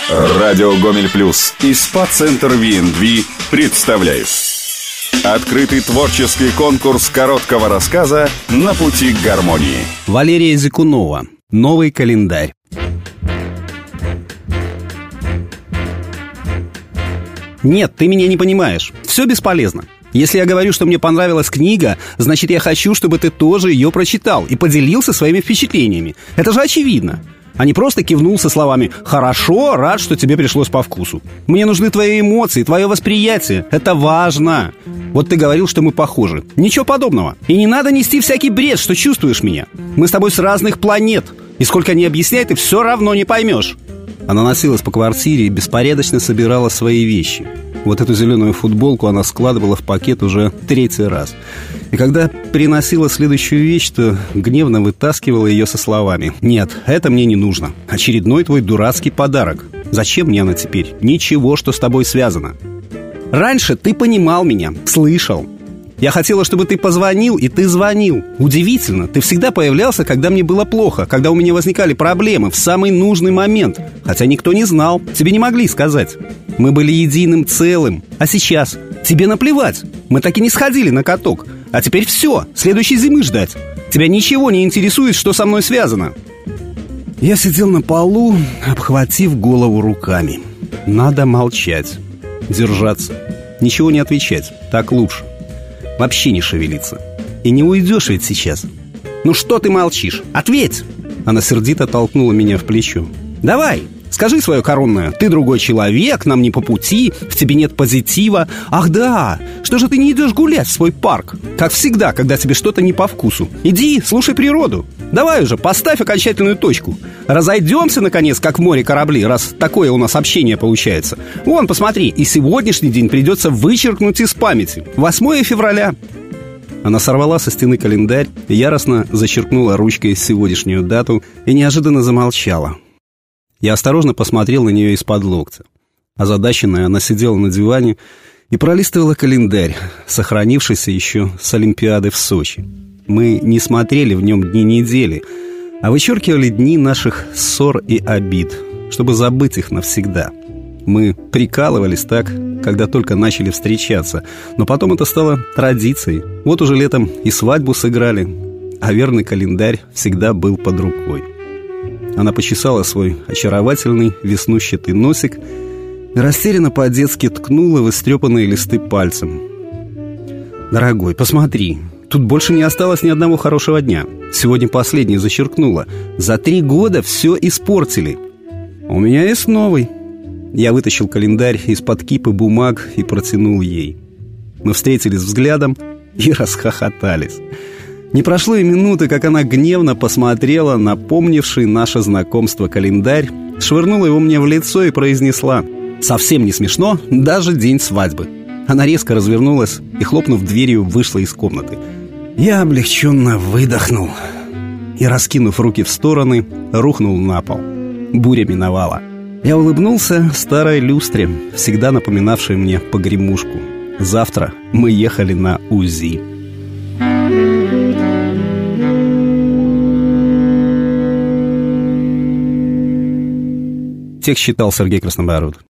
Радио Гомель Плюс и СПА-центр V&V представляют открытый творческий конкурс короткого рассказа «На пути к гармонии». Валерия Зикунова. Новый календарь. Нет, ты меня не понимаешь. Все бесполезно. Если я говорю, что мне понравилась книга, значит, я хочу, чтобы ты тоже ее прочитал и поделился своими впечатлениями. Это же очевидно. А не просто кивнул со словами «Хорошо, рад, что тебе пришлось по вкусу». Мне нужны твои эмоции, твое восприятие. Это важно. Вот ты говорил, что мы похожи. Ничего подобного. И не надо нести всякий бред, что чувствуешь меня. Мы с тобой с разных планет. И сколько ни объясняй, ты все равно не поймешь. Она носилась по квартире и беспорядочно собирала свои вещи. Вот эту зеленую футболку она складывала в пакет уже 3-й раз. И когда приносила следующую вещь, то гневно вытаскивала ее со словами: «Нет, это мне не нужно. Очередной твой дурацкий подарок. Зачем мне она теперь? Ничего, что с тобой связано. Раньше ты понимал меня, слышал. Я хотела, чтобы ты позвонил, и ты звонил. Удивительно, ты всегда появлялся, когда мне было плохо, когда у меня возникали проблемы, в самый нужный момент. Хотя никто не знал, тебе не могли сказать. Мы были единым целым. А сейчас? Тебе наплевать. Мы так и не сходили на каток. А теперь все, следующей зимы ждать. Тебя ничего не интересует, что со мной связано». Я сидел на полу, обхватив голову руками. Надо молчать, держаться, ничего не отвечать, так лучше. Вообще не шевелиться. И не уйдешь ведь сейчас. «Ну что ты молчишь? Ответь!» Она сердито толкнула меня в плечо. «Давай, скажи свое коронное. Ты другой человек, нам не по пути, в тебе нет позитива. Ах да, что же ты не идешь гулять в свой парк? Как всегда, когда тебе что-то не по вкусу. Иди, слушай природу. Давай уже, поставь окончательную точку. Разойдемся, наконец, как в море корабли, раз такое у нас общение получается. Вон, посмотри, и сегодняшний день придется вычеркнуть из памяти. 8 февраля. Она сорвала со стены календарь, яростно зачеркнула ручкой сегодняшнюю дату и неожиданно замолчала. Я осторожно посмотрел на нее из-под локтя. Озадаченная, она сидела на диване и пролистывала календарь, сохранившийся еще с Олимпиады в Сочи. Мы не смотрели в нем дни недели, а вычеркивали дни наших ссор и обид, чтобы забыть их навсегда. Мы прикалывались так, когда только начали встречаться, но потом это стало традицией. Вот уже летом и свадьбу сыграли, а верный календарь всегда был под рукой. Она почесала свой очаровательный веснущатый носик и растерянно по-детски ткнула в истрепанные листы пальцем. «Дорогой, посмотри, тут больше не осталось ни одного хорошего дня. Сегодня последний зачеркнула. За 3 года все испортили. У меня есть новый». Я вытащил календарь из-под кипы бумаг и протянул ей. Мы встретились взглядом и расхохотались. Не прошло и минуты, как она гневно посмотрела на помнивший наше знакомство календарь, швырнула его мне в лицо и произнесла: «Совсем не смешно, даже день свадьбы». Она резко развернулась и, хлопнув дверью, вышла из комнаты. Я облегченно выдохнул и, раскинув руки в стороны, рухнул на пол. Буря миновала. Я улыбнулся старой люстре, всегда напоминавшей мне погремушку. Завтра мы ехали на УЗИ. Текст читал Сергей Краснобород.